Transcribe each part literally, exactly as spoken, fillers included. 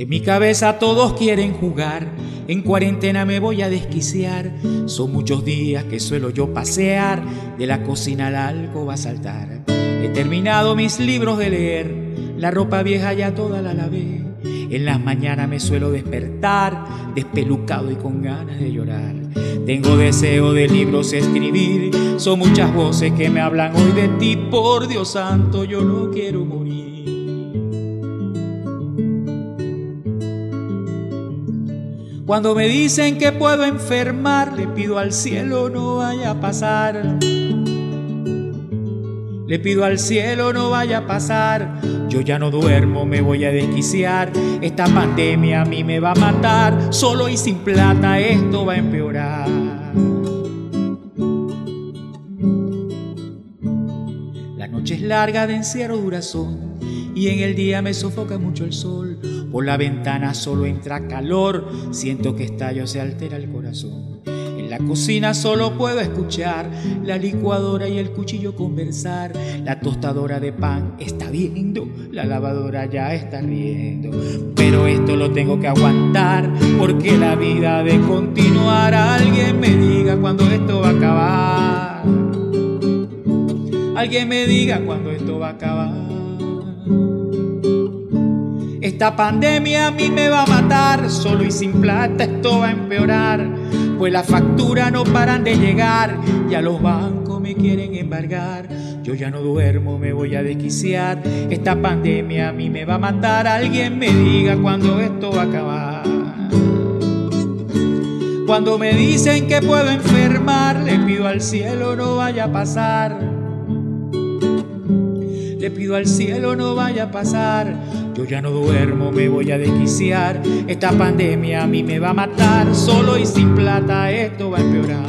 En mi cabeza todos quieren jugar, en cuarentena me voy a desquiciar. Son muchos días que suelo yo pasear, de la cocina al alcoba a saltar. He terminado mis libros de leer, la ropa vieja ya toda la lavé. En las mañanas me suelo despertar, despelucado y con ganas de llorar. Tengo deseo de libros escribir, son muchas voces que me hablan hoy de ti. Por Dios santo, yo no quiero morir. Cuando me dicen que puedo enfermar, le pido al cielo no vaya a pasar. Le pido al cielo no vaya a pasar. Yo ya no duermo, me voy a desquiciar. Esta pandemia a mí me va a matar. Solo y sin plata esto va a empeorar. La noche es larga, de encierro durazón, y en el día me sofoca mucho el sol. Por la ventana solo entra calor, siento que estallo, se altera el corazón. En la cocina solo puedo escuchar la licuadora y el cuchillo conversar. La tostadora de pan está viendo, la lavadora ya está riendo. Pero esto lo tengo que aguantar, porque la vida ha de continuar. Alguien me diga cuándo esto va a acabar. Alguien me diga cuándo esto va a acabar. Esta pandemia a mí me va a matar, solo y sin plata esto va a empeorar. Pues las facturas no paran de llegar, ya los bancos me quieren embargar. Yo ya no duermo, me voy a desquiciar. Esta pandemia a mí me va a matar. Alguien me diga cuándo esto va a acabar. Cuando me dicen que puedo enfermar, le pido al cielo no vaya a pasar. Le pido al cielo no vaya a pasar. Yo ya no duermo, me voy a desquiciar. Esta pandemia a mí me va a matar. Solo y sin plata esto va a empeorar.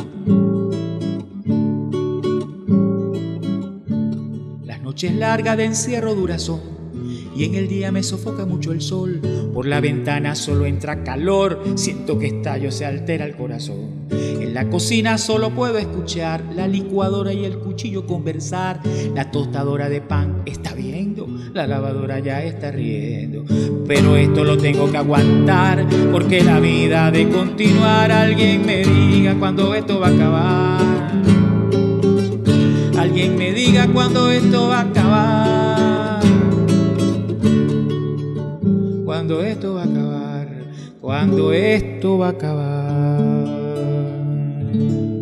Las noches largas de encierro durazón, y en el día me sofoca mucho el sol. Por la ventana solo entra calor, siento que estallo, se altera el corazón. En la cocina solo puedo escuchar la licuadora y el cuchillo conversar. La tostadora de pan está viendo, la lavadora ya está riendo. Pero esto lo tengo que aguantar, porque la vida ha de continuar. Alguien me diga cuándo esto va a acabar. Alguien me diga cuándo esto va a acabar. Cuando esto va a acabar, cuando esto va a acabar.